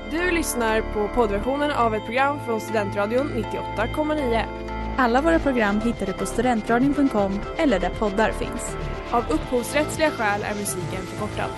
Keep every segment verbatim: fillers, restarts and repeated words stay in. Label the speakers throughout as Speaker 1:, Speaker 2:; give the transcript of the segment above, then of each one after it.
Speaker 1: Du lyssnar på poddversionen av ett program från Studentradion nittioåtta komma nio.
Speaker 2: Alla våra program hittar du på studentradion punkt com eller där poddar finns.
Speaker 1: Av upphovsrättsliga skäl är musiken förkortad.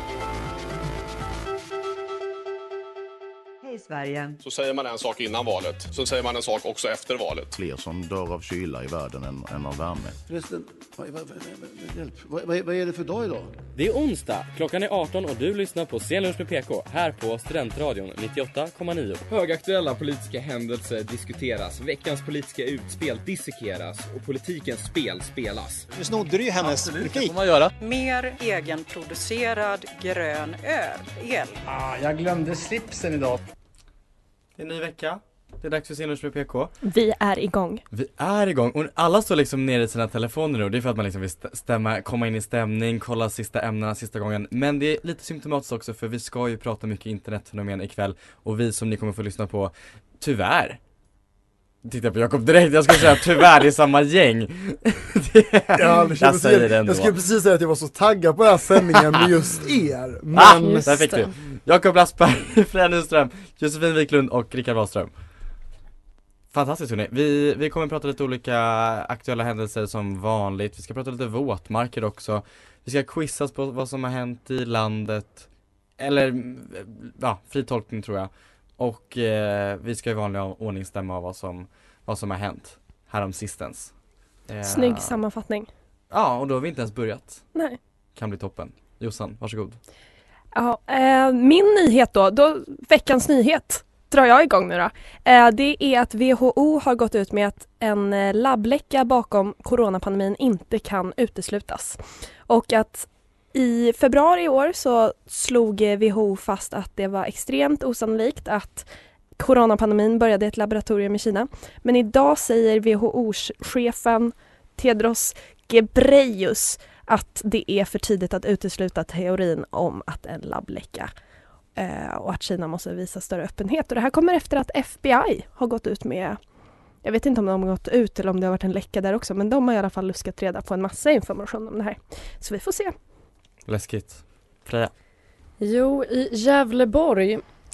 Speaker 3: Hej Sverige.
Speaker 4: Så säger man en sak innan valet, så säger man en sak också efter valet.
Speaker 5: Fler som dör av kyla i världen än, än av värme.
Speaker 6: Förresten, vad, vad, hjälp. Vad, vad, vad är det för dag idag?
Speaker 7: Det är onsdag, klockan är arton och du lyssnar på Scenlunch med P K här på Studentradion nittioåtta komma nio.
Speaker 8: Högaktuella politiska händelser diskuteras, veckans politiska utspel dissekeras och politikens spel spelas.
Speaker 9: Nu snodde du ju hennes replik.
Speaker 7: Det får man göra.
Speaker 10: Mer egenproducerad grön öl. El.
Speaker 9: Ah, jag glömde slipsen idag.
Speaker 11: Det är en ny vecka. Det är dags för Scenlunch med P K.
Speaker 2: Vi är igång.
Speaker 11: Vi är igång. Och alla står liksom nere i sina telefoner nu. Det är för att man liksom vill stämma, komma in i stämning, kolla sista ämnena sista gången. Men det är lite symptomatiskt också, för vi ska ju prata mycket internetfenomen ikväll. Och vi som ni kommer få lyssna på, tyvärr. Titta på Jakob direkt, jag ska säga tyvärr, det är samma gäng.
Speaker 6: det, ja, det jag säger det ändå. Jag skulle precis säga att jag var så taggad på den här sändningen med just er. Men...
Speaker 11: Ah, där fick du. Jakob Lassberg, Freja Nyström, Josefin Wiklund och Rickard Wahlström. Fantastiskt hörni. Vi, vi kommer att prata lite olika aktuella händelser som vanligt. Vi ska prata lite våtmarker också. Vi ska quizas på vad som har hänt i landet. Eller, ja, fri tolkning tror jag. Och eh, vi ska i vanlig ordning stämma av vad som, vad som har hänt härom sistens.
Speaker 2: Eh, Snygg sammanfattning.
Speaker 11: Ja, och då har vi inte ens börjat.
Speaker 2: Nej.
Speaker 11: Kan bli toppen. Jossan, varsågod.
Speaker 2: Ja, eh, min nyhet då, då, veckans nyhet drar jag igång nu då. Eh, det är att W H O har gått ut med att en eh, labbläcka bakom coronapandemin inte kan uteslutas. Och att i februari i år så slog W H O fast att det var extremt osannolikt att coronapandemin började i ett laboratorium i Kina. Men idag säger W H O-chefen Tedros Ghebreyesus att det är för tidigt att utesluta teorin om att en labbläcka eh, och att Kina måste visa större öppenhet. Och det här kommer efter att F B I har gått ut med, jag vet inte om de har gått ut eller om det har varit en läcka där också, men de har i alla fall luskat reda på en massa information om det här. Så vi får se.
Speaker 11: Läskigt. Freja.
Speaker 12: Jo, i Gävleborg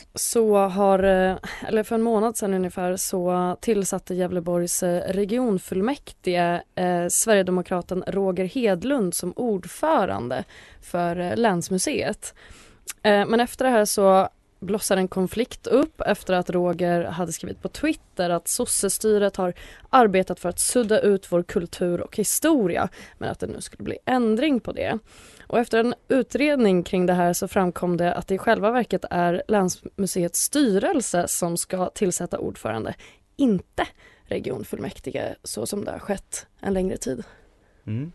Speaker 12: så har, eller för en månad sedan ungefär, så tillsatte Gävleborgs regionfullmäktige eh, Sverigedemokraten Roger Hedlund som ordförande för eh, länsmuseet. Eh, men efter det här så blossar en konflikt upp efter att Roger hade skrivit på Twitter att sossestyret har arbetat för att sudda ut vår kultur och historia, men att det nu skulle bli ändring på det. Och efter en utredning kring det här så framkom det att det i själva verket är länsmuseets styrelse som ska tillsätta ordförande, inte regionfullmäktige, så som det har skett en längre tid.
Speaker 11: Mm.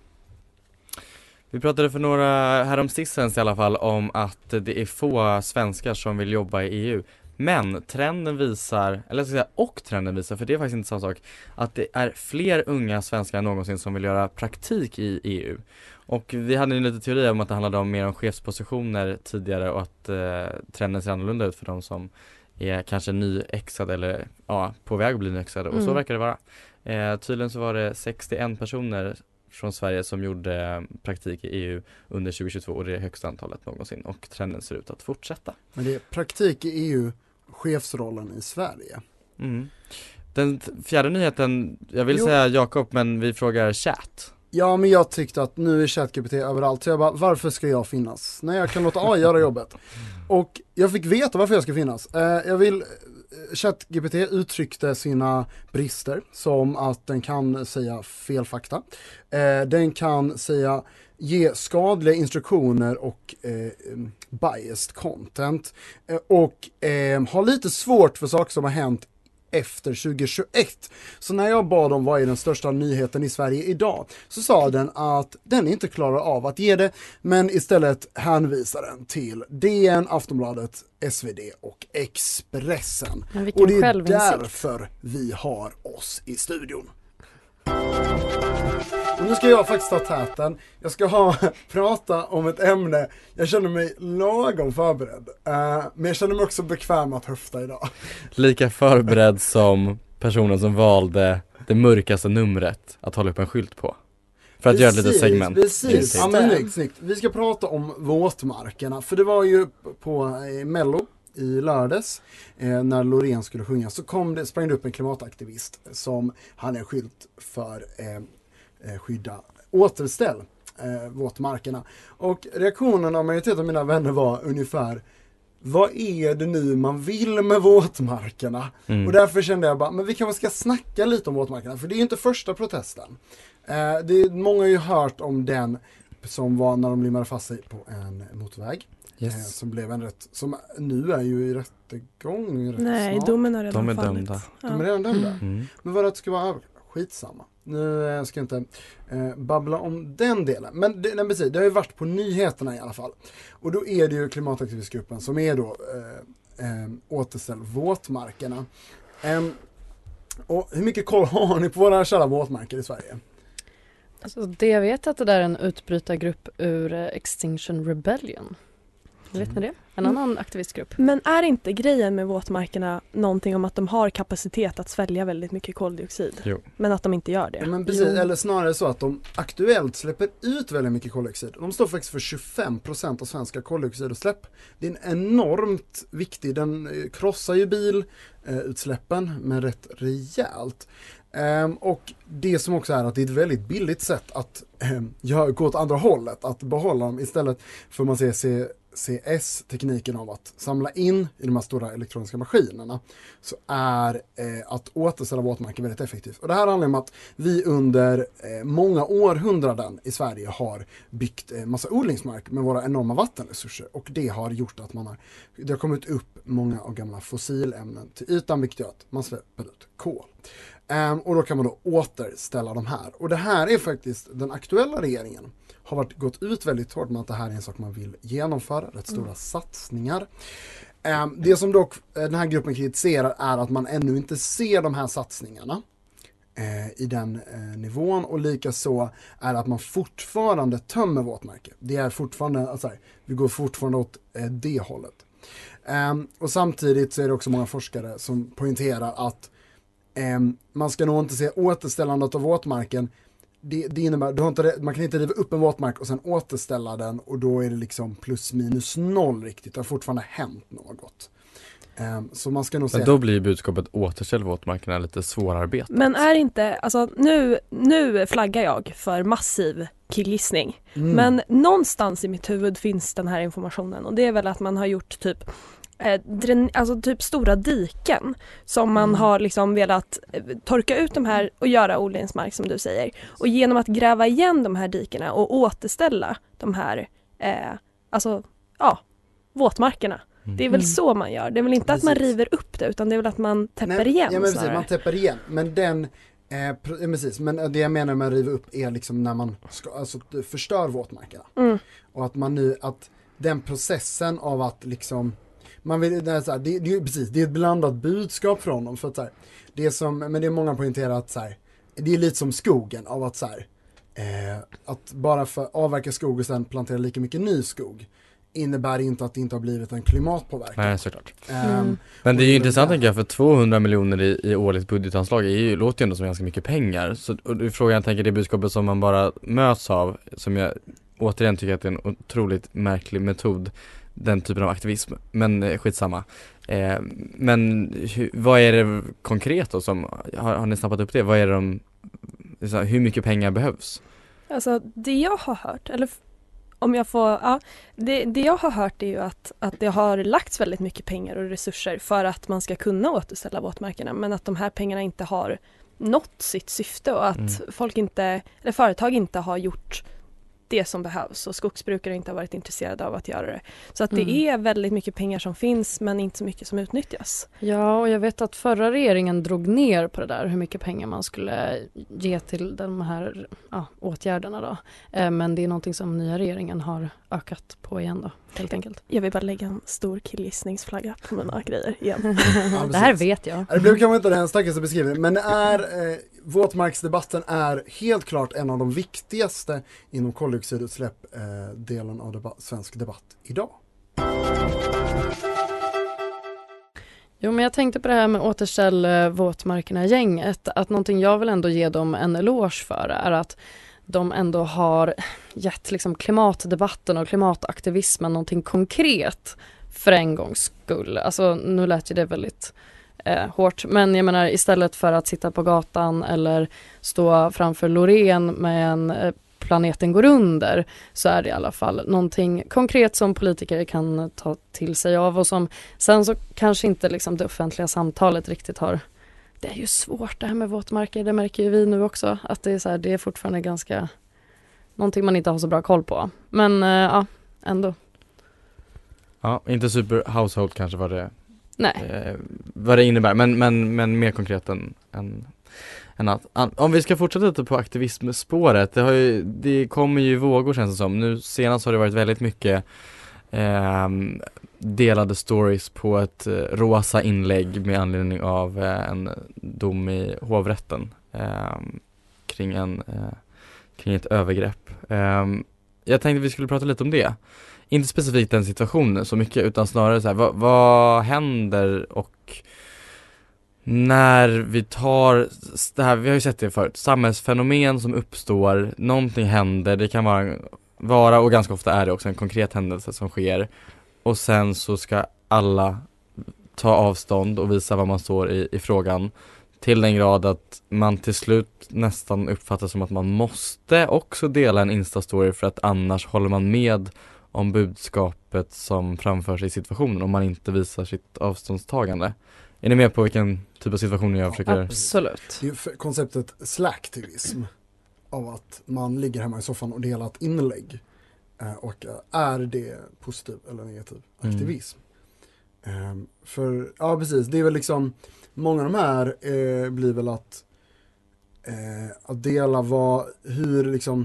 Speaker 11: Vi pratade för några häromsistens i alla fall om att det är få svenskar som vill jobba i E U. Men trenden visar, eller jag ska säga och trenden visar, för det är faktiskt inte samma sak, att det är fler unga svenskar än någonsin som vill göra praktik i E U. Och vi hade en liten teori om att det handlade om mer om chefspositioner tidigare och att eh, trenden ser annorlunda ut för de som är kanske nyexade eller ja, på väg att bli nyexade. Och mm. så verkar det vara. Eh, tydligen så var det sextioen personer från Sverige som gjorde praktik i E U under tjugohundratjugotvå och det är högsta antalet någonsin och trenden ser ut att fortsätta.
Speaker 6: Men det är praktik i E U, chefsrollen i Sverige.
Speaker 11: Mm. Den fjärde nyheten, jag vill jo. säga Jakob, men vi frågar chatt.
Speaker 6: Ja, men jag tyckte att nu är ChatGPT överallt så jag bara, varför ska jag finnas? Nej, jag kan låta A I göra jobbet. Och jag fick veta varför jag ska finnas. Eh, jag vill ChatGPT uttryckte sina brister som att den kan säga fel fakta. Eh, den kan säga ge skadliga instruktioner och eh, biased content. Eh, och eh, har lite svårt för saker som har hänt efter tjugohundratjugoett. Så när jag bad om vad är den största nyheten i Sverige idag så sa den att den inte klarar av att ge det, men istället hänvisar den till D N, Aftonbladet, S V D och Expressen. Och det är därför vi har oss i studion. Och nu ska jag faktiskt ta täten. Jag ska ha, prata om ett ämne. Jag känner mig lagom förberedd. Uh, men jag känner mig också bekväm att höfta idag.
Speaker 11: Lika förberedd som personen som valde det mörkaste numret att hålla upp en skylt på. För att
Speaker 6: precis,
Speaker 11: göra lite segment.
Speaker 6: Precis, ja, men snyggt, snyggt. Vi ska prata om våtmarkerna. För det var ju på eh, Mello i lördags eh, när Loreen skulle sjunga så kom det, sprang det upp en klimataktivist som hade en skylt för eh, skydda återställ eh, våtmarkerna. Och reaktionen av majoriteten av mina vänner var ungefär: vad är det nu man vill med våtmarkerna? Mm. Och därför kände jag bara, men vi kanske ska snacka lite om våtmarkerna. För det är ju inte första protesten. Eh, det är, många har ju hört om den som var när de limmade fast sig på en motorväg. Yes. Eh, som blev en rätt, som nu är ju i rättegång. Rätt
Speaker 2: Nej,
Speaker 6: snart.
Speaker 2: domen har redan
Speaker 11: De är
Speaker 2: fallit.
Speaker 11: dömda.
Speaker 2: Ja.
Speaker 6: De är redan dömda.
Speaker 11: Mm.
Speaker 6: Men vad det ska vara skitsamma. Nu eh, ska jag inte eh, babbla om den delen. Men det, nej, precis, det har ju varit på nyheterna i alla fall. Och då är det ju klimataktivistgruppen som är då eh, eh, återställ våtmarkerna. Eh, och hur mycket koll har ni på våra kära våtmarker i Sverige?
Speaker 12: Alltså, det jag vet är att det där är en utbrytargrupp ur eh, Extinction Rebellion. Vet ni det? En annan mm. aktivistgrupp.
Speaker 2: Men är inte grejen med våtmarkerna någonting om att de har kapacitet att svälja väldigt mycket koldioxid?
Speaker 11: Jo.
Speaker 2: Men att de inte gör det?
Speaker 6: Ja, men precis, eller snarare så att de aktuellt släpper ut väldigt mycket koldioxid. De står faktiskt för tjugofem procent av svenska koldioxidutsläpp. Det är en enormt viktig, den krossar ju bilutsläppen men rätt rejält. Um, och det som också är att det är ett väldigt billigt sätt att um, gå åt andra hållet, att behålla dem istället för man ser C C S-tekniken av att samla in i de här stora elektroniska maskinerna, så är eh, att återställa våtmarker väldigt effektivt. Och det här handlar om att vi under eh, många århundraden i Sverige har byggt eh, massa odlingsmark med våra enorma vattenresurser, och det har gjort att man har, det har kommit upp många av gamla fossilämnen till ytan, vilket gör att man släpper ut kol. Um, och då kan man då återställa de här. Och det här är faktiskt den aktuella regeringen har varit, gått ut väldigt hårt med att det här är en sak man vill genomföra, rätt stora mm. satsningar. Um, det som dock den här gruppen kritiserar är att man ännu inte ser de här satsningarna eh, i den eh, nivån, och likaså är att man fortfarande tömmer våtmarker. Det är fortfarande, alltså, vi går fortfarande åt eh, det hållet. Um, och samtidigt så är det också många forskare som poängterar att um, man ska nog inte se återställandet av våtmarken. Det, det innebär, du har inte, man kan inte riva upp en våtmark och sen återställa den, och då är det liksom plus minus noll riktigt. Det har fortfarande hänt något. Um, så man ska nog
Speaker 11: Men
Speaker 6: se...
Speaker 11: då blir budskapet återställ våtmarkerna lite svårarbetat.
Speaker 2: Men är inte, alltså nu, nu flaggar jag för massiv killgissning. Mm. Men någonstans i mitt huvud finns den här informationen, och det är väl att man har gjort typ eh, dren, alltså typ stora diken som man mm. har liksom velat eh, torka ut de här och göra odlingsmark som du säger. Och genom att gräva igen de här dikerna och återställa de här eh, alltså ja, våtmarkerna. Mm. Det är väl mm. så man gör. Det är väl inte precis. Att man river upp det, utan det är väl att man täpper Nej, igen.
Speaker 6: Ja, men precis, man täpper igen. Men den eh, precis, men det jag menar med att riva upp är liksom när man ska, alltså, förstör våtmarkerna. Mm. Och att man nu, att den processen av att liksom man vill, det är så här, det, det är precis, det är ett blandat budskap från dem, för att så här, det är som, men det är många poängterar att så här, det är lite som skogen av att så här, eh, att bara för avverka skog och sen plantera lika mycket ny skog innebär inte att det inte har blivit en klimatpåverkan.
Speaker 11: Nej, såklart.
Speaker 6: Mm. Um,
Speaker 11: Men det är ju intressant tänker jag, för tvåhundra miljoner i, i årligt budgetanslag är ju, låter ju ändå som ganska mycket pengar. Så och frågan jag tänker det budskapet som man bara möts av, som jag återigen tycker att det är en otroligt märklig metod, den typen av aktivism. Men eh, skitsamma. Eh, men hu, vad är det konkret då som, har, har ni snappat upp det? Vad är det de, hur mycket pengar behövs?
Speaker 2: Alltså det jag har hört, eller om jag får, ja, det, det jag har hört är ju att, att det har lagts väldigt mycket pengar och resurser för att man ska kunna återställa våtmarkerna, men att de här pengarna inte har nått sitt syfte, och att mm. folk inte, eller företag inte har gjort det som behövs, och skogsbrukare inte har varit intresserade av att göra det. Så att det mm. är väldigt mycket pengar som finns, men inte så mycket som utnyttjas.
Speaker 12: Ja, och jag vet att förra regeringen drog ner på det där, hur mycket pengar man skulle ge till de här ja, åtgärderna då. Eh, men det är någonting som nya regeringen har ökat på igen då, helt enkelt.
Speaker 2: Jag vill bara lägga en stor killgissningsflagga på mina grejer igen.
Speaker 12: Ja, det här vet jag.
Speaker 6: Det blev kanske inte den starkaste beskrivningen, men är, eh, våtmarksdebatten är helt klart en av de viktigaste inom koldioxidutsläpp eh, delen av debatt, svensk debatt idag.
Speaker 12: Jo, men jag tänkte på det här med återställ våtmarkerna-gänget, att någonting jag vill ändå ge dem en eloge för är att de ändå har gett liksom klimatdebatten och klimataktivismen någonting konkret för en gångs skull. Alltså nu lät ju det väldigt eh, hårt, men jag menar istället för att sitta på gatan eller stå framför Loreen med en eh, planeten går under, så är det i alla fall någonting konkret som politiker kan ta till sig av, och som sen så kanske inte liksom det offentliga samtalet riktigt har. Det är ju svårt det här med våtmarker, det märker ju vi nu också, att det är så här, det är fortfarande ganska någonting man inte har så bra koll på. Men eh, ja, ändå.
Speaker 11: Ja, inte super household kanske vad det,
Speaker 12: Nej.
Speaker 11: Eh, vad det innebär, men, men, men mer konkret än, än, än att. Om vi ska fortsätta lite på aktivismspåret, det, har ju, det kommer ju vågor känns det som. Nu senast har det varit väldigt mycket eh, delade stories på ett eh, rosa inlägg med anledning av eh, en dom i hovrätten eh, kring, en, eh, kring ett övergrepp. Eh, jag tänkte vi skulle prata lite om det. Inte specifikt den situationen så mycket, utan snarare så här, vad, vad händer och när vi tar det här, vi har ju sett det förut, samhällsfenomen som uppstår, någonting händer, det kan vara, vara och ganska ofta är det också en konkret händelse som sker, och sen så ska alla ta avstånd och visa vad man står i, i frågan, till den grad att man till slut nästan uppfattar som att man måste också dela en Insta-story för att annars håller man med om budskapet som framförs i situationen om man inte visar sitt avståndstagande. Är ni med på vilken typ av situation jag försöker?
Speaker 12: Absolut.
Speaker 6: Det är ju konceptet slacktivism, av att man ligger hemma i soffan och delar ett inlägg. Och är det positiv eller negativ aktivism? Mm. Um, för, ja precis, det är väl liksom, många av de här eh, blir väl att, eh, att dela vad, hur liksom,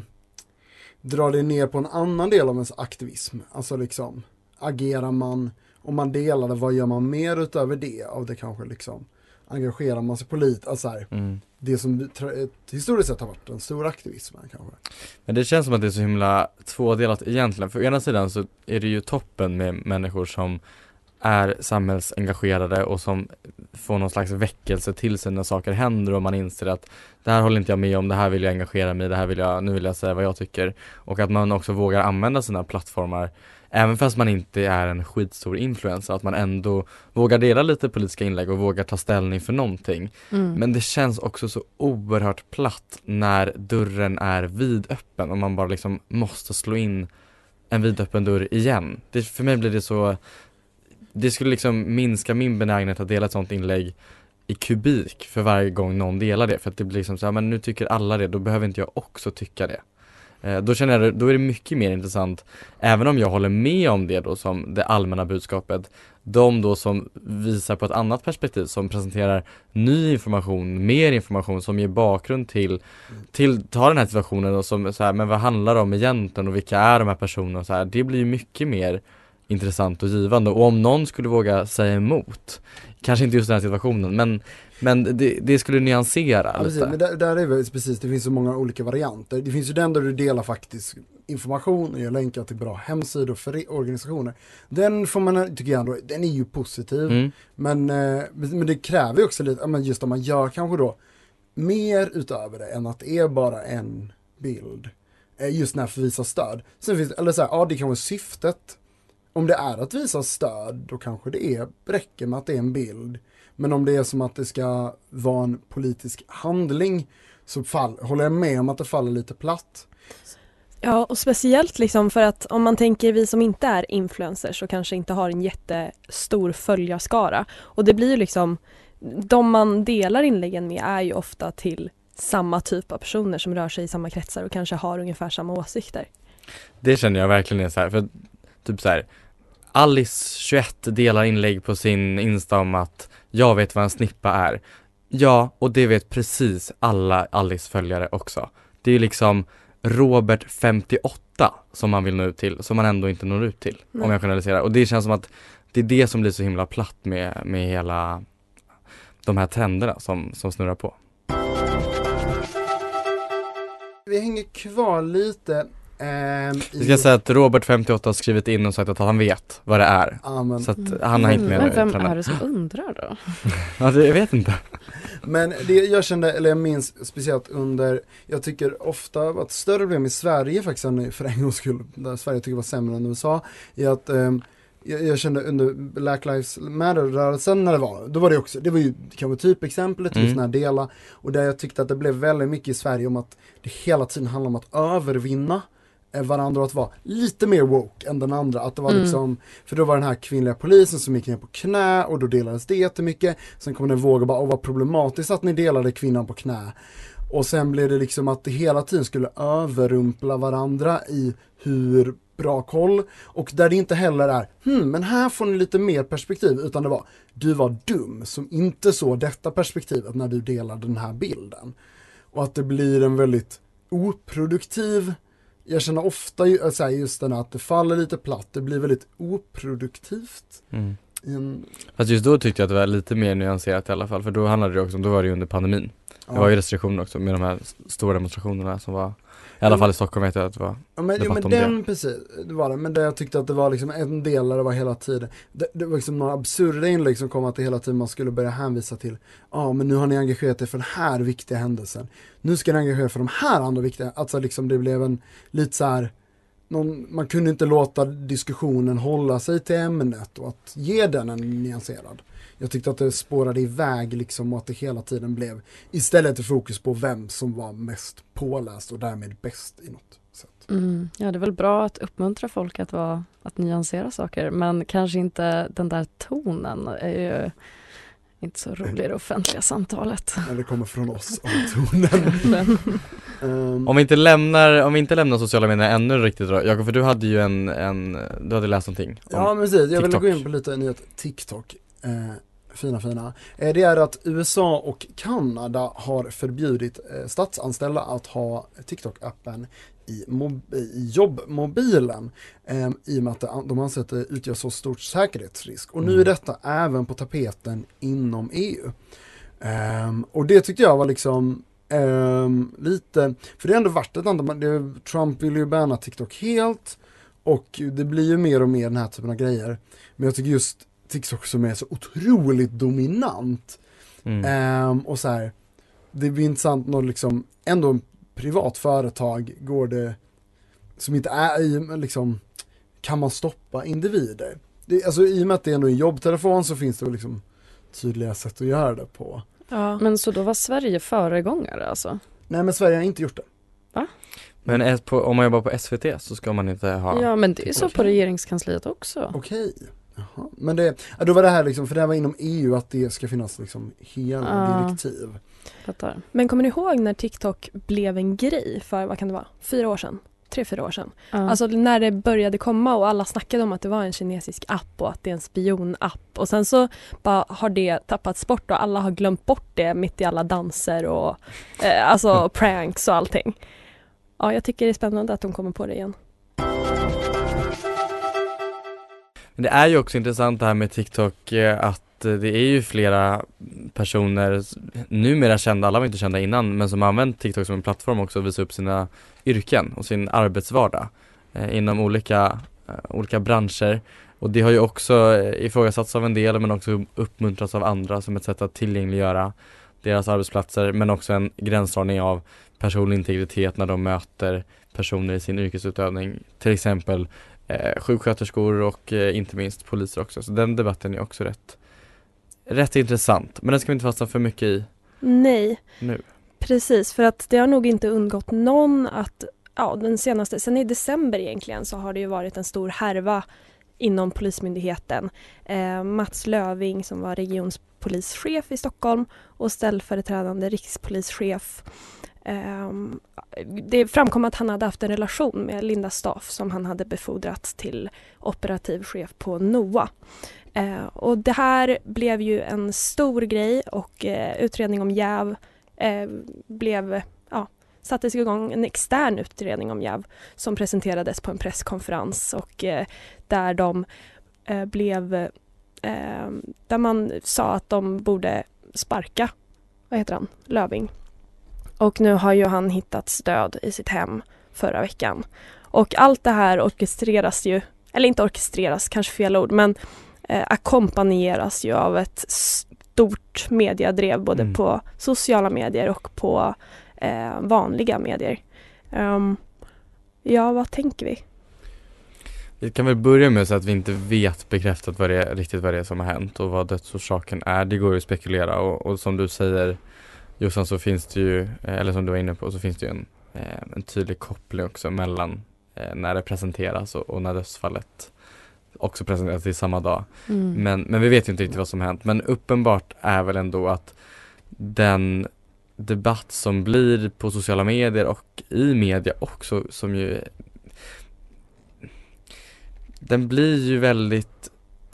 Speaker 6: drar det ner på en annan del av ens aktivism. Alltså liksom, agerar man, om man delar det, vad gör man mer utöver det? Av det kanske liksom, engagerar man sig politiskt, alltså här, mm. det som tra- historiskt sett har varit den stora aktivismen kanske.
Speaker 11: Men det känns som att det är så himla tvådelat egentligen. För å ena sidan så är det ju toppen med människor som är samhällsengagerade och som får någon slags väckelse till sig när saker händer och man inser att det här håller inte jag med om, det här vill jag engagera mig i, det här vill jag, nu vill jag säga vad jag tycker. Och att man också vågar använda sina plattformar även fast man inte är en skitstor influencer, att man ändå vågar dela lite politiska inlägg och vågar ta ställning för någonting. Mm. Men det känns också så oerhört platt när dörren är vidöppen och man bara liksom måste slå in en vidöppen dörr igen. Det, för mig blir det så, det skulle liksom minska min benägenhet att dela ett sånt inlägg i kubik för varje gång någon delar det. För att det blir liksom så här, men nu tycker alla det, då behöver inte jag också tycka det. Eh, då känner jag, då är det mycket mer intressant, även om jag håller med om det då som det allmänna budskapet, de då som visar på ett annat perspektiv, som presenterar ny information, mer information, som ger bakgrund till, till ta den här situationen och som så här, men vad handlar det om egentligen och vilka är de här personerna och så här, det blir ju mycket mer intressant och givande. Och om någon skulle våga säga emot, kanske inte just den här situationen, men, men det, det skulle nyansera
Speaker 6: ja,
Speaker 11: lite.
Speaker 6: Precis, men där, där är det precis, det finns så många olika varianter. Det finns ju den där du delar faktiskt information och gör länkar till bra hemsidor för organisationer. Den får man, tycker jag ändå, den är ju positiv. Mm. Men, men det kräver ju också lite, men just att man gör kanske då mer utöver det än att det är bara en bild. Just när för visa stöd. Sen finns, eller så här, ja det kan vara syftet. Om det är att visa stöd, då kanske det är, räcker med att det är en bild. Men om det är som att det ska vara en politisk handling, så fall, håller jag med om att det faller lite platt.
Speaker 2: Ja, och speciellt liksom för att om man tänker vi som inte är influencers och kanske inte har en jättestor följarskara. Och det blir ju liksom, de man delar inläggen med är ju ofta till samma typ av personer som rör sig i samma kretsar och kanske har ungefär samma åsikter.
Speaker 11: Det känner jag verkligen är så här, för typ så här, Alice tjugoett delar inlägg på sin Insta om att jag vet vad en snippa är. Ja, och det vet precis alla Alice-följare också. Det är liksom Robert femtioåtta som man vill nå ut till, som man ändå inte når ut till. Nej. Om jag generaliserar. Och det känns som att det är det som blir så himla platt med, med hela de här trenderna som, som snurrar på.
Speaker 6: Vi hänger kvar lite.
Speaker 11: Um, Vi ska i... säga att Robert femtioåtta har skrivit in och sagt att han vet vad det är.
Speaker 6: Amen.
Speaker 11: Så att han har inte med.
Speaker 12: Men vem är det som undrar då?
Speaker 11: Ja, det, jag vet inte.
Speaker 6: Men det jag kände, eller jag minns speciellt under, jag tycker ofta att större problem i Sverige faktiskt än för en gångs skull, där Sverige tycker var sämre än U S A, är att um, jag, jag kände under Black Lives Matter-rörelsen när det var, då var det också, det var ju kanske typexemplet till
Speaker 11: Mm.
Speaker 6: sådana här delar, och där jag tyckte att det blev väldigt mycket i Sverige om att det hela tiden handlar om att övervinna varandra och att vara lite mer woke än den andra, att det var
Speaker 12: Mm.
Speaker 6: liksom, för då var den här kvinnliga polisen som gick ner på knä och då delades det jättemycket, sen kom det en våg och bara, åh vad problematiskt att ni delade kvinnan på knä, och sen blev det liksom att det hela tiden skulle överrumpla varandra i hur bra koll, och där det inte heller är, hmm, men här får ni lite mer perspektiv, utan det var, du var dum som inte såg detta perspektivet när du delade den här bilden, och att det blir en väldigt oproduktiv. Jag känner ofta ju, så här, just den att det faller lite platt, det blir väldigt oproduktivt.
Speaker 11: Mm.
Speaker 6: I en...
Speaker 11: Fast just då tyckte jag att det var lite mer nyanserat i alla fall, för då handlade det också om, då var det ju under pandemin.
Speaker 6: Ja.
Speaker 11: Det var ju restriktioner också med de här stora demonstrationerna som var, i alla fall i Stockholm vet jag att det var
Speaker 6: Ja, men, jo,
Speaker 11: debatt
Speaker 6: men
Speaker 11: om
Speaker 6: den
Speaker 11: det.
Speaker 6: precis, det var det, men det jag tyckte att det var liksom en del där det var hela tiden, det, det var liksom några absurda inlägg som kom att det hela tiden man skulle börja hänvisa till, ja ah, men nu har ni engagerat er för den här viktiga händelsen, nu ska ni engagera er för de här andra viktiga, alltså liksom det blev en lite så här, någon, man kunde inte låta diskussionen hålla sig till ämnet och att ge den en nyanserad. Jag tyckte att det spårade iväg liksom, och att det hela tiden blev istället ett fokus på vem som var mest påläst och därmed bäst i något sätt.
Speaker 12: Mm. Ja, det är väl bra att uppmuntra folk att, vara, att nyansera saker, men kanske inte den där tonen är ju inte så rolig i det offentliga samtalet.
Speaker 6: När det kommer från oss om tonen. um,
Speaker 11: Om vi inte lämnar, om vi inte lämnar sociala medier ännu riktigt då, Jakob, för du hade ju en, en du hade läst någonting om
Speaker 6: Ja, men precis. Jag vill
Speaker 11: TikTok.
Speaker 6: gå in på lite nyhet TikTok. Eh, fina, fina. Eh, det är att U S A och Kanada har förbjudit eh, statsanställda att ha TikTok-appen i, mob- i jobbmobilen eh, i och med att de anser att det utgör så stort säkerhetsrisk. Och nu är detta även på tapeten inom E U. Eh, och det tyckte jag var liksom eh, lite, för det har ändå varit ett annat, det, Trump vill ju banna TikTok helt och det blir ju mer och mer den här typen av grejer. Men jag tycker just TikTok som är så otroligt dominant
Speaker 11: Mm.
Speaker 6: eh, och så här, det blir intressant när liksom ändå en privat företag går det som inte är i, liksom, kan man stoppa individer? Det, alltså i och med att det är ändå en jobbtelefon så finns det väl liksom tydliga sätt att göra det på.
Speaker 12: Ja. Men så då var Sverige föregångare alltså?
Speaker 6: Nej, men Sverige har inte gjort det.
Speaker 12: Va?
Speaker 11: Men är på, om man jobbar på S V T så ska man inte ha...
Speaker 12: Ja, men det är så på regeringskansliet också.
Speaker 6: Okej. Jaha. Men det, ja, då var det här liksom, för det här var inom E U att det ska finnas liksom hela
Speaker 12: Ja.
Speaker 6: direktiv.
Speaker 12: Fattar.
Speaker 2: Men kommer ni ihåg när TikTok blev en grej för, vad kan det vara, fyra år sedan? Tre, fyra år sedan.
Speaker 12: Ja.
Speaker 2: Alltså när det började komma och alla snackade om att det var en kinesisk app och att det är en spionapp. Och sen så bara har det tappats bort och alla har glömt bort det mitt i alla danser och eh, alltså pranks och allting. Ja, jag tycker det är spännande att de kommer på det igen.
Speaker 11: Men det är ju också intressant det här med TikTok eh, att det är ju flera personer, numera kända, alla var inte kända innan, men som har använt TikTok som en plattform också att visa upp sina yrken och sin arbetsvardag eh, inom olika, eh, olika branscher. Och det har ju också eh, ifrågasatts av en del men också uppmuntrats av andra som ett sätt att tillgängliggöra deras arbetsplatser, men också en gränsdragning av personlig integritet när de möter personer i sin yrkesutövning, till exempel eh, sjuksköterskor och eh, inte minst poliser också. Så den debatten är också rätt Rätt intressant, men den ska vi inte fastna för mycket i
Speaker 2: Nej,
Speaker 11: nu.
Speaker 2: Precis, för att det har nog inte undgått någon att, ja, den senaste, sen i december egentligen så har det ju varit en stor härva inom Polismyndigheten. Eh, Mats Löving som var regionspolischef i Stockholm och ställföreträdande rikspolischef. Eh, det framkom att han hade haft en relation med Linda Staff som han hade befordrat till operativ chef på NOA. Eh, och det här blev ju en stor grej och eh, utredning om jäv eh, blev, ja, sattes igång en extern utredning om jäv som presenterades på en presskonferens och eh, där de eh, blev eh, där man sa att de borde sparka, vad heter han, Löving. Och nu har ju han hittat stöd i sitt hem förra veckan. Och allt det här orkestreras ju, eller inte orkestreras, kanske fel ord, men eh, ackompanjeras ju av ett stort mediadrev både
Speaker 11: Mm.
Speaker 2: på sociala medier och på eh, vanliga medier. Um, ja, vad tänker vi?
Speaker 11: Vi kan väl börja med så att vi inte vet bekräftat vad det är, riktigt vad det är som har hänt och vad dödsorsaken är. Det går ju att spekulera och, och som du säger Jossan, så finns det ju, eller som du var inne på, så finns det ju en, en tydlig koppling också mellan när det presenteras och, och när dödsfallet också presenteras i samma dag. Mm. Men, men vi vet ju inte riktigt vad som har hänt. Men uppenbart är väl ändå att den debatt som blir på sociala medier och i media också, som ju den blir ju väldigt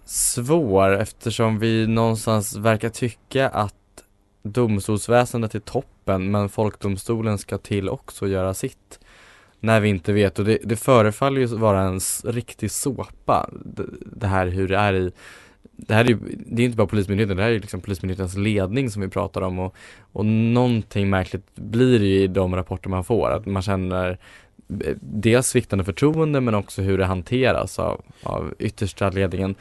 Speaker 11: svår eftersom vi någonstans verkar tycka att domstolsväsendet är toppen, men folkdomstolen ska till också göra sitt. När vi inte vet, och det, det förefaller ju vara en riktig såpa, det, det här hur det är i, det här är ju, det är inte bara polismyndigheten, det här är ju liksom polismyndighetens ledning som vi pratar om, och, och någonting märkligt blir det ju i de rapporter man får, att man känner dels sviktande förtroende men också hur det hanteras av, av yttersta ledningen.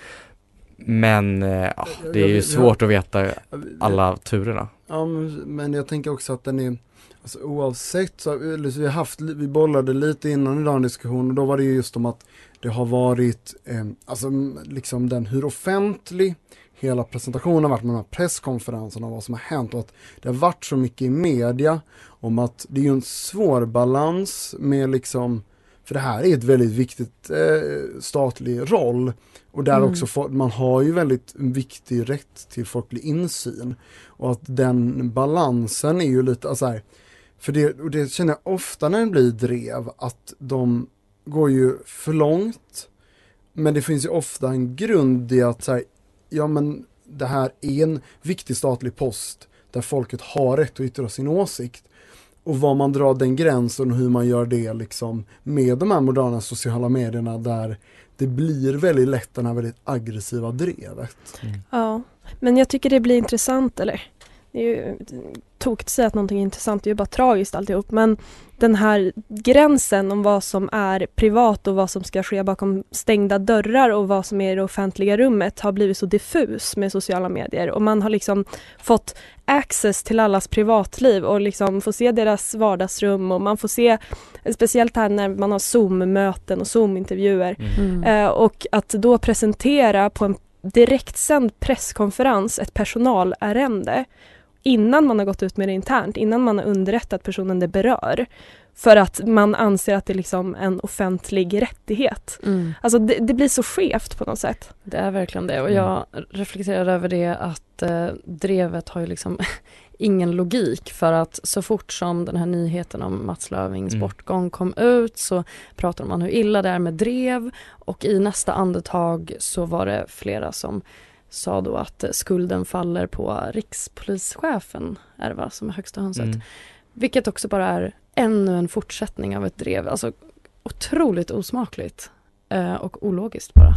Speaker 11: Men ja, det är ju svårt att veta alla turerna.
Speaker 6: Ja, men jag tänker också att den är, alltså, oavsett så vi har haft, vi bollade lite innan idag en diskussion, och då var det ju just om att det har varit eh, alltså liksom den hur offentlig hela presentationen har varit med de här presskonferenserna och vad som har hänt, och att det har varit så mycket i media om att det är ju en svår balans med liksom, för det här är ett väldigt viktigt eh, statlig roll, och där mm. också for, man har ju väldigt viktig rätt till folklig insyn, och att den balansen är ju lite alltså här, för det, och det känner jag ofta när det blir drev, att de går ju för långt, men det finns ju ofta en grund i att så här, ja men det här är en viktig statlig post där folket har rätt att yttra sin åsikt, och var man drar den gränsen och hur man gör det liksom med de här moderna sociala medierna där det blir väldigt lätt den här väldigt aggressiva drevet.
Speaker 2: Mm. Ja, men jag tycker det blir intressant, eller det är ju tokigt att säga att någonting är intressant, det är ju bara tragiskt alltihop, men den här gränsen om vad som är privat och vad som ska ske bakom stängda dörrar och vad som är i det offentliga rummet har blivit så diffus med sociala medier, och man har liksom fått access till allas privatliv och liksom får se deras vardagsrum, och man får se, speciellt här när man har Zoom-möten och Zoom-intervjuer mm. eh, och att då presentera på en direktsänd presskonferens ett personalärende innan man har gått ut med det internt, innan man har underrättat personen det berör, för att man anser att det är liksom en offentlig rättighet. Mm. Alltså det, det blir så skevt på något sätt.
Speaker 12: Det är verkligen det, och jag reflekterar över det att eh, drevet har ju liksom ingen logik, för att så fort som den här nyheten om Mats Löfvings mm. bortgång kom ut så pratade man hur illa det är med drev, och i nästa andetag så var det flera som sa då att skulden faller på rikspolischefen, är det va, som är högsta hönset. Mm. Vilket också bara är ännu en fortsättning av ett drev. Alltså otroligt osmakligt eh, och ologiskt bara.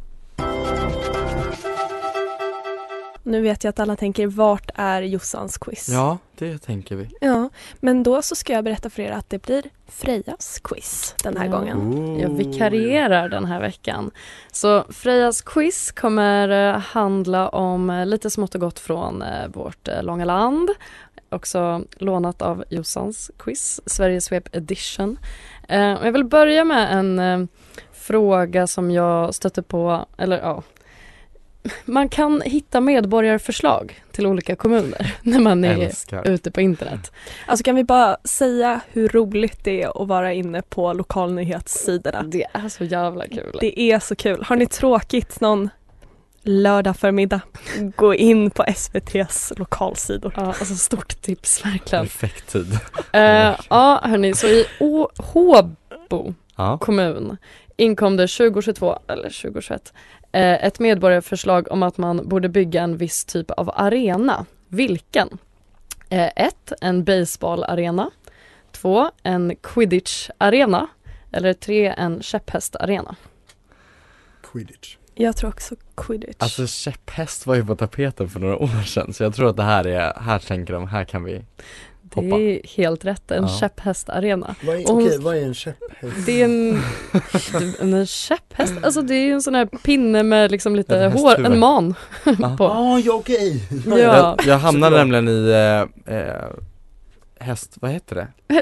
Speaker 2: Nu vet jag att alla tänker, vart är Jossans quiz?
Speaker 11: Ja, det tänker vi.
Speaker 2: Ja, men då så ska jag berätta för er att det blir Frejas quiz den här
Speaker 12: ja.
Speaker 2: gången.
Speaker 12: Oh. Jag vikarierar den här veckan. Så Frejas quiz kommer handla om lite smått och gott från vårt långa land. Också lånat av Jossans quiz, Sveriges Svep Edition. Jag vill börja med en fråga som jag stötte på, eller ja, man kan hitta medborgarförslag till olika kommuner när man är Älskar. ute på internet.
Speaker 2: Alltså kan vi bara säga hur roligt det är att vara inne på lokalnyhetssidorna.
Speaker 12: Det är så jävla kul.
Speaker 2: Det är så kul. Har ni tråkigt någon lördag förmiddag, gå in på S V T:s lokalsidor.
Speaker 12: Ja, alltså stort tips verkligen.
Speaker 11: Perfekt tid.
Speaker 12: uh, ja, hörni, så i o- Håbo
Speaker 11: ja.
Speaker 12: kommun inkom det tjugo tjugotvå eller tjugo tjugoett eh, ett medborgarförslag om att man borde bygga en viss typ av arena. Vilken? Eh, ett, en baseballarena. Två, en quidditch-arena. Eller tre, en käpphästarena.
Speaker 6: Quidditch.
Speaker 2: Jag tror också quidditch.
Speaker 11: Alltså käpphäst var ju på tapeten för några år sedan, så jag tror att det här är, här tänker de, här kan vi hoppa.
Speaker 12: Det är helt rätt, en
Speaker 11: ja.
Speaker 12: käpphästarena.
Speaker 6: Vad är, hon, okej, vad är en käpphäst?
Speaker 12: Det är en, en käpphäst, alltså det är ju en sån här pinne med liksom lite hår, en man på.
Speaker 6: Ah, ja, okej.
Speaker 12: Ja.
Speaker 11: Jag, jag hamnade nämligen i eh, eh, häst, vad heter det?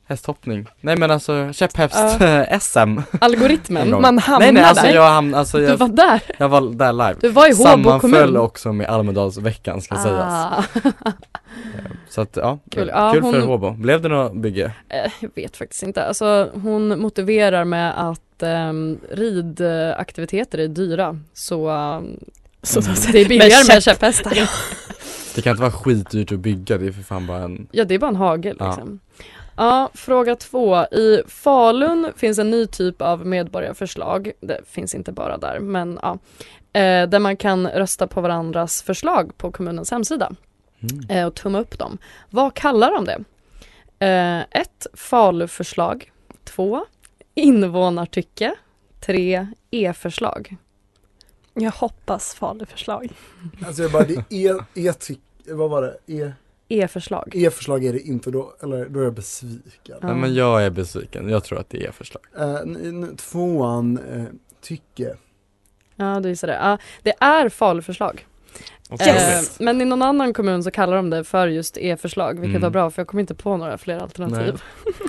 Speaker 11: hästhoppning. Nej men alltså käpphäst-S M.
Speaker 12: Algoritmen,
Speaker 2: man hamnar
Speaker 11: nej, nej, alltså,
Speaker 2: där.
Speaker 11: Jag hamn, alltså, jag,
Speaker 12: du var där.
Speaker 11: Jag var där live.
Speaker 12: Du var i Håbo kommun.
Speaker 11: Sammanföll också med Almedalsveckan ska
Speaker 12: ah.
Speaker 11: sägas. Så att ja,
Speaker 12: kul,
Speaker 11: kul,
Speaker 12: ja,
Speaker 11: kul
Speaker 12: hon,
Speaker 11: för Håbo. Blev det något bygge?
Speaker 12: Eh, jag vet faktiskt inte. Alltså, hon motiverar med att eh, ridaktiviteter är dyra. Så, um, så mm. det är billigare med käpphästar.
Speaker 11: Det kan inte vara skitdyrt att bygga, det är för fan bara en...
Speaker 12: Ja, det är bara en hagel liksom. Ja. Ja, fråga två. I Falun finns en ny typ av medborgarförslag. Det finns inte bara där, men ja. Eh, där man kan rösta på varandras förslag på kommunens hemsida. Mm. Eh, och tumma upp dem. Vad kallar de det? Eh, ett, Faluförslag. Två, invånartycke. Tre, e-förslag.
Speaker 2: Jag hoppas Faluförslag.
Speaker 6: Alltså jag bara, det är e-tyck, vad var det? E-
Speaker 12: E-förslag.
Speaker 6: E-förslag är det inte då, eller då är jag besviken.
Speaker 11: Nej, men jag är besviken, jag tror att det är e-förslag.
Speaker 6: Uh, n- n- tvåan, uh, tycke.
Speaker 12: Ja, du gissar det. Ja, det är Faluförslag.
Speaker 11: Yes.
Speaker 12: Eh, men i någon annan kommun så kallar de det för just e-förslag, vilket
Speaker 11: Mm.
Speaker 12: var bra för jag kom inte på några fler alternativ.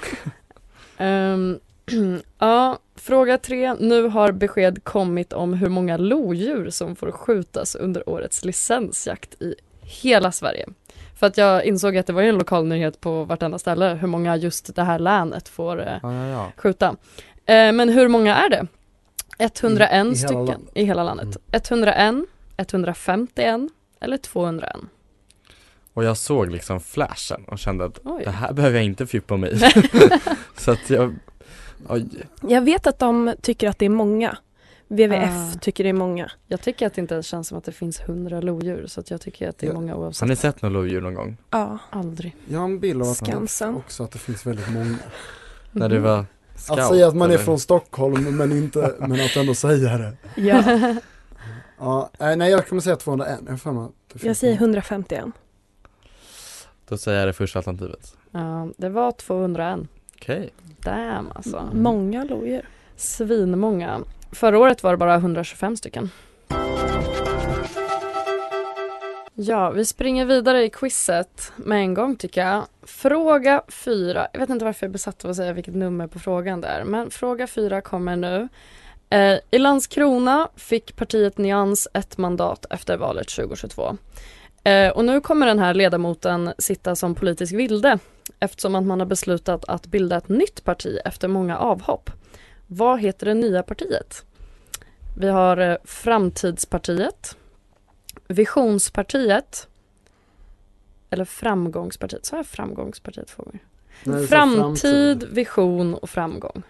Speaker 12: um, ja, fråga tre. Nu har besked kommit om hur många lodjur som får skjutas under årets licensjakt i hela Sverige. För att jag insåg att det var en lokal nyhet på vartenda ställe hur många just det här länet får eh,
Speaker 11: ja, ja, ja.
Speaker 12: skjuta. Eh, men hur många är det? etthundraen
Speaker 6: I, i
Speaker 12: stycken
Speaker 6: hela
Speaker 12: i hela landet. Mm. etthundraen, etthundrafemtioen eller tvåhundraen.
Speaker 11: Och jag såg liksom flashen och kände att
Speaker 12: Oj.
Speaker 11: det här behöver jag inte fördjupa mig i. Så att jag... Oj.
Speaker 2: Jag vet att de tycker att det är många. W W F
Speaker 12: ah.
Speaker 2: tycker det är många.
Speaker 12: Jag tycker att det inte känns som att det finns hundra lodjur, så att jag tycker att det är
Speaker 6: ja.
Speaker 12: många oavsett.
Speaker 11: Har ni sett några lodjur någon gång?
Speaker 2: Ja.
Speaker 12: Aldrig.
Speaker 6: Jag har en bild av att
Speaker 2: Skansen.
Speaker 6: också att det finns väldigt många.
Speaker 12: Mm.
Speaker 11: När du var scout,
Speaker 6: att säga att man är
Speaker 11: eller?
Speaker 6: från Stockholm men inte, men att ändå säga det.
Speaker 2: Ja.
Speaker 6: Ja, nej jag kommer säga tvåhundraen. Jag, får mig,
Speaker 2: jag säger hundrafemtioen.
Speaker 11: Då säger jag det första alternativet.
Speaker 12: Ja, det var tvåhundraen.
Speaker 11: Okej. Okay.
Speaker 12: Damn alltså.
Speaker 2: Mm. Många lodjur.
Speaker 12: Svinmånga. Förra året var det bara hundratjugofem stycken. Ja, vi springer vidare i quizet med en gång tycker jag. Fråga fyra. Jag vet inte varför jag är besatt av att säga vilket nummer på frågan det är. Men fråga fyra kommer nu. Eh, I Landskrona fick partiet Nyans ett mandat efter valet tjugohundratjugotvå. Eh, och nu kommer den här ledamoten sitta som politisk vilde. Eftersom att man har beslutat att bilda ett nytt parti efter många avhopp. Vad heter det nya partiet? Vi har eh, Framtidspartiet, Visionspartiet eller Framgångspartiet. Så här Framgångspartiet får vi.
Speaker 6: Nej,
Speaker 12: Framtid,
Speaker 6: framtid,
Speaker 12: vision och framgång.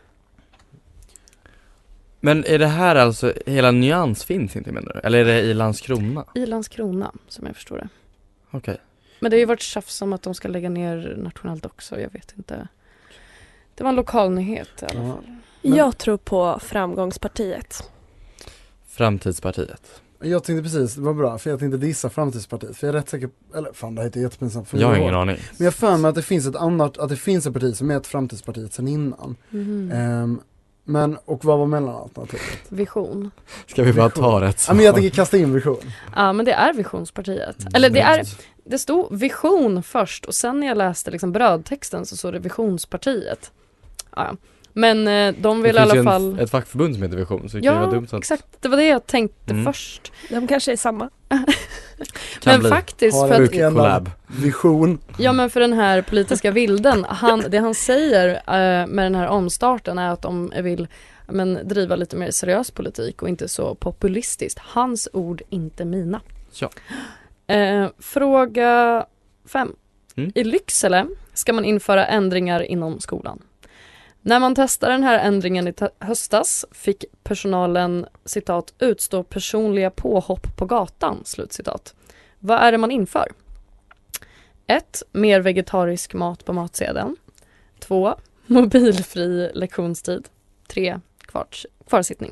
Speaker 11: Men är det här alltså, hela Nyans finns inte menar du? Eller är det i Landskrona?
Speaker 12: I Landskrona, som jag förstår det.
Speaker 11: Okej. Okay.
Speaker 12: Men det har ju varit tjafs om att de ska lägga ner nationellt också, jag vet inte. Det var en lokal nyhet i alla
Speaker 6: ja.
Speaker 12: fall.
Speaker 2: Men jag tror på Framgångspartiet.
Speaker 11: Framtidspartiet.
Speaker 6: Jag tänkte precis, det var bra, för jag tänkte dissa Framtidspartiet. För jag är rätt säker, eller fan det heter jättepinsamt.
Speaker 11: Jag har ingen aning.
Speaker 6: Men jag för mig att det finns ett annat, att det finns ett parti som är ett Framtidspartiet sedan innan.
Speaker 12: Mm.
Speaker 6: Um, men, och vad var mellanalternativet?
Speaker 12: Vision.
Speaker 11: Ska vi bara ta rätt?
Speaker 6: Ja, men jag tänker kasta in vision.
Speaker 12: Ja, men det är Visionspartiet. Mm. Eller det är, det stod vision först och sen när jag läste liksom brödtexten så såg det Visionspartiet. Ja, men eh, de vill i alla fall...
Speaker 11: Det ett fackförbund som heter Vision, så det
Speaker 12: ja,
Speaker 11: kan ju vara dumt att...
Speaker 12: exakt. Det var det jag tänkte mm. först.
Speaker 2: De kanske är samma.
Speaker 12: Men bli. faktiskt
Speaker 6: har
Speaker 12: för att
Speaker 6: collab. Vision.
Speaker 12: Ja, men för den här politiska vilden, han, det han säger uh, med den här omstarten är att de vill men, driva lite mer seriös politik och inte så populistiskt. Hans ord, inte mina.
Speaker 11: Ja.
Speaker 12: Uh, fråga fem.
Speaker 11: Mm.
Speaker 12: I Lycksele ska man införa ändringar inom skolan. När man testade den här ändringen i t- höstas fick personalen, citat, utstå personliga påhopp på gatan, slutcitat. Vad är det man inför? ett. Mer vegetarisk mat på matsedeln. två. Mobilfri lektionstid. tre. Kvarts, kvarsittning.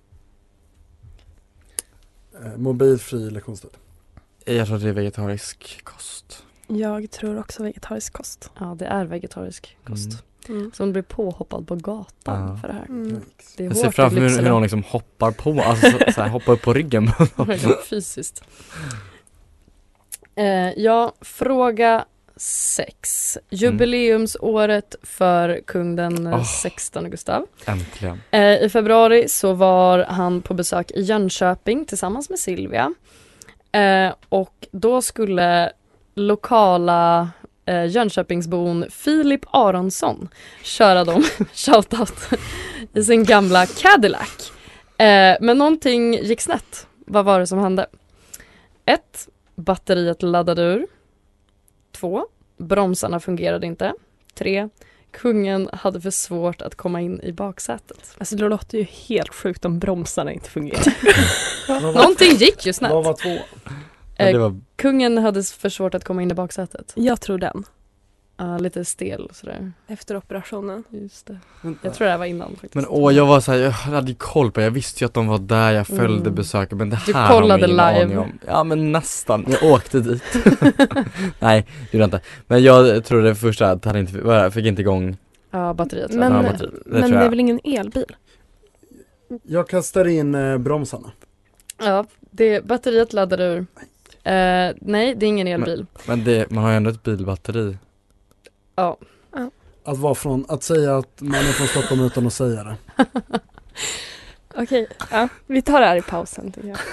Speaker 6: Eh, mobilfri lektionstid.
Speaker 11: Jag tror det är vegetarisk kost.
Speaker 2: Jag tror också vegetarisk kost.
Speaker 12: Ja, det är vegetarisk kost.
Speaker 11: Mm.
Speaker 12: Mm. Så hon blir påhoppad på gatan
Speaker 11: ah.
Speaker 12: för det här.
Speaker 2: Mm.
Speaker 12: Det är
Speaker 11: jag ser framför mig hur någon liksom hoppar på, alltså så, så här, hoppar upp på ryggen.
Speaker 12: Fysiskt. Eh, ja, fråga sex. Jubileumsåret för kung den
Speaker 11: Oh.
Speaker 12: sextonde Gustav.
Speaker 11: Äntligen.
Speaker 12: Eh, I februari så var han på besök i Jönköping tillsammans med Silvia. Eh, och då skulle lokala eh, Jönköpingsbon Filip Aronsson köra dem, shoutout, i sin gamla Cadillac. Eh, men någonting gick snett. Vad var det som hände? Ett, batteriet laddade ur. Två, bromsarna fungerade inte. Tre, kungen hade för svårt att komma in i baksätet.
Speaker 2: Alltså det låter ju helt sjukt om bromsarna inte fungerar.
Speaker 12: Någonting gick ju snett.
Speaker 6: Vad var två?
Speaker 12: Eh,
Speaker 11: det var...
Speaker 12: Kungen hade för svårt att komma in i baksätet.
Speaker 2: Jag tror den.
Speaker 12: Uh, lite stel sådär.
Speaker 2: Efter operationen.
Speaker 12: Just det. Jag tror det här var innan faktiskt.
Speaker 11: Men åh, jag var så här, jag hade ju koll på, jag visste ju att de var där, jag följde
Speaker 12: Mm.
Speaker 11: besöket, men det
Speaker 12: Du
Speaker 11: här
Speaker 12: kollade
Speaker 11: har jag ingen
Speaker 12: live.
Speaker 11: aning om. Ja, men nästan, jag åkte dit. Nej, det gjorde jag inte. Men jag tror det första att han inte, fick inte igång
Speaker 12: Ja, batteriet.
Speaker 2: Men,
Speaker 11: ja, batteriet. Det
Speaker 2: men
Speaker 11: tror
Speaker 2: det
Speaker 11: jag.
Speaker 2: är väl ingen elbil?
Speaker 6: Jag kastar in eh, bromsarna.
Speaker 12: Ja, det, batteriet laddade ur. Uh, nej, det är ingen elbil.
Speaker 11: Men det, man har ju ändå ett bilbatteri.
Speaker 12: Ja.
Speaker 6: Att vara från, att säga att man är från Stockholm utan att säga det.
Speaker 2: Okej, ja, vi tar det här i pausen tycker jag.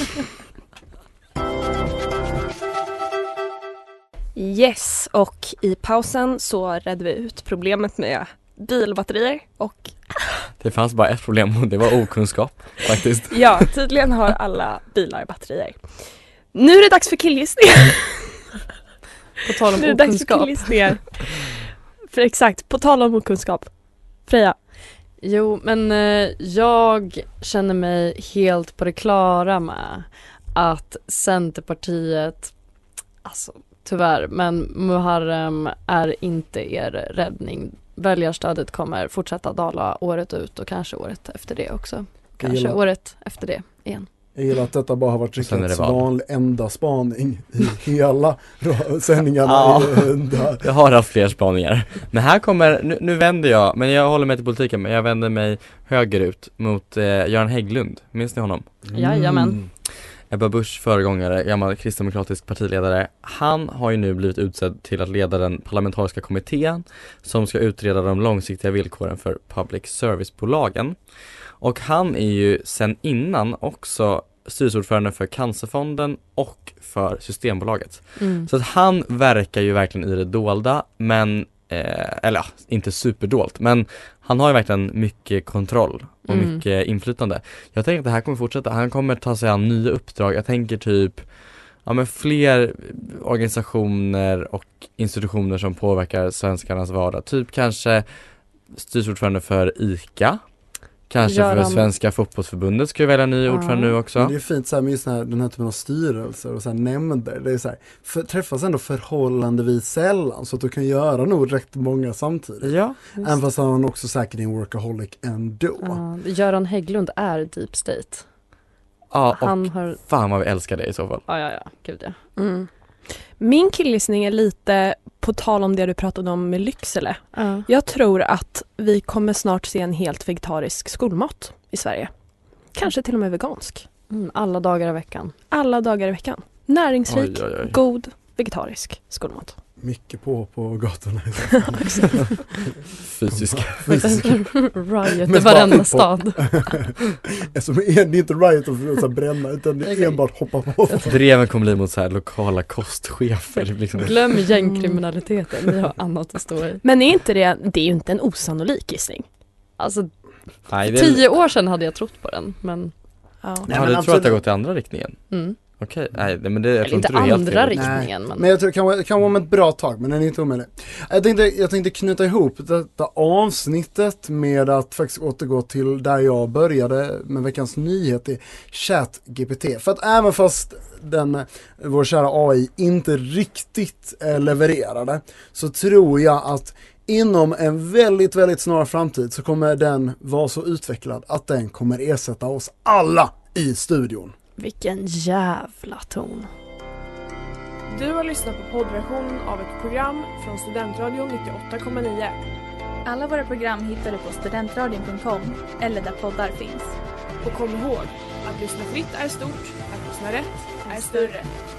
Speaker 2: Yes, och i pausen så redde vi ut problemet med bilbatterier och
Speaker 11: Det fanns bara ett problem och det var okunskap faktiskt.
Speaker 2: ja, tydligen har alla bilar batterier. Nu är det dags för killgissningar.
Speaker 12: På tal om
Speaker 2: Nu är det dags för
Speaker 12: okunskap.
Speaker 2: killgissningar. För exakt, på tal om okunskap. Freja.
Speaker 12: Jo, men eh, jag känner mig helt på det klara med att Centerpartiet, alltså tyvärr, men Muharrem är inte er räddning. Väljarstödet kommer fortsätta dala året ut och kanske året efter det också. Kanske
Speaker 6: gillar-
Speaker 12: året efter det igen.
Speaker 6: Jag gillar att detta bara har varit
Speaker 11: Och sen är
Speaker 6: Rickards
Speaker 11: det val.
Speaker 6: vanlig enda spaning i hela ra- sändningarna.
Speaker 11: Ja.
Speaker 6: i- där.
Speaker 11: Jag har haft fler spaningar. Men här kommer, nu, nu vänder jag, men jag håller mig till politiken, men jag vänder mig högerut mot eh, Göran Hägglund. Minns ni honom?
Speaker 12: Jajamän.
Speaker 11: Ebba Busch föregångare, gammal kristdemokratisk partiledare. Han har ju nu blivit utsedd till att leda den parlamentariska kommittén som ska utreda de långsiktiga villkoren för public service-bolagen. Och han är ju sen innan också styrelseordförande för Cancerfonden och för Systembolaget.
Speaker 12: Mm.
Speaker 11: Så att han verkar ju verkligen i det dolda, men eh, eller ja, inte superdolt, men han har ju verkligen mycket kontroll och
Speaker 12: Mm.
Speaker 11: mycket inflytande. Jag tänker att det här kommer fortsätta. Han kommer ta sig an nya uppdrag. Jag tänker typ ja, men fler organisationer och institutioner som påverkar svenskarnas vardag. Typ kanske styrelseordförande för ICA. Kanske
Speaker 12: Göran.
Speaker 11: för Svenska fotbollsförbundet ska ju välja ny
Speaker 12: Ja.
Speaker 11: ordförande nu också.
Speaker 6: Men det är fint så här med just den här, den här typen av styrelser och så här nämnder. Det är så här, för, träffas ändå förhållandevis sällan så att du kan göra nog rätt många samtidigt.
Speaker 11: Ja.
Speaker 6: Även fast han också säkert är en workaholic ändå.
Speaker 12: Ja, Göran Hägglund är deep state.
Speaker 11: Ja, och
Speaker 12: Han har...
Speaker 11: fan vad vi älskar det i så fall.
Speaker 12: Ja, ja, ja. Gud, ja.
Speaker 2: Mm. Min killgissning är lite på tal om det du pratade om med Lycksele.
Speaker 12: Ja.
Speaker 2: Jag tror att vi kommer snart se en helt vegetarisk skolmat i Sverige. Kanske till och med vegansk.
Speaker 12: Mm, alla dagar i veckan.
Speaker 2: Alla dagar i veckan. Näringsrik,
Speaker 11: Oj, oj, oj.
Speaker 2: god, vegetarisk skolmat.
Speaker 6: Mycket på på gatorna.
Speaker 11: Fysisk.
Speaker 12: Riot i
Speaker 6: Men
Speaker 12: varenda
Speaker 6: bara-
Speaker 12: stad.
Speaker 6: Alltså, det är inte riot att så här bränna utan det är enbart hoppa på.
Speaker 11: Dreven kommer bli mot så här lokala kostchefer. Liksom.
Speaker 12: Glöm gängkriminaliteten, vi har annat att stå i.
Speaker 2: Men är inte det, det är ju inte en osannolik gissning.
Speaker 12: Alltså,
Speaker 11: Nej, det är...
Speaker 12: tio år sedan hade jag trott på den, men...
Speaker 2: Ja.
Speaker 6: Nej,
Speaker 11: Ja,
Speaker 6: men
Speaker 11: du tror
Speaker 6: absolut.
Speaker 11: att det har gått i andra riktningen?
Speaker 12: Mm.
Speaker 11: Okej, nej det- men det, jag
Speaker 12: Eller
Speaker 11: tror
Speaker 12: inte
Speaker 11: inte du är helt
Speaker 12: andra
Speaker 11: fel.
Speaker 12: riktningen, men...
Speaker 6: Men jag tror det kan vara, det kan vara om ett bra tag, men den är inte omöjlig. Jag tänkte, jag tänkte knyta ihop detta avsnittet med att faktiskt återgå till där jag började med veckans nyhet i ChatGPT. För att även fast den, vår kära A I inte riktigt eh, levererade, så tror jag att inom en väldigt, väldigt snar framtid så kommer den vara så utvecklad att den kommer ersätta oss alla i studion.
Speaker 12: Vilken jävla ton.
Speaker 1: Du har lyssnat på poddversionen av ett program från Studentradion nittioåtta komma nio.
Speaker 3: Alla våra program hittar du på studentradion punkt com eller där poddar finns.
Speaker 1: Och kom ihåg, att lyssna fritt är stort, att lyssna rätt är större.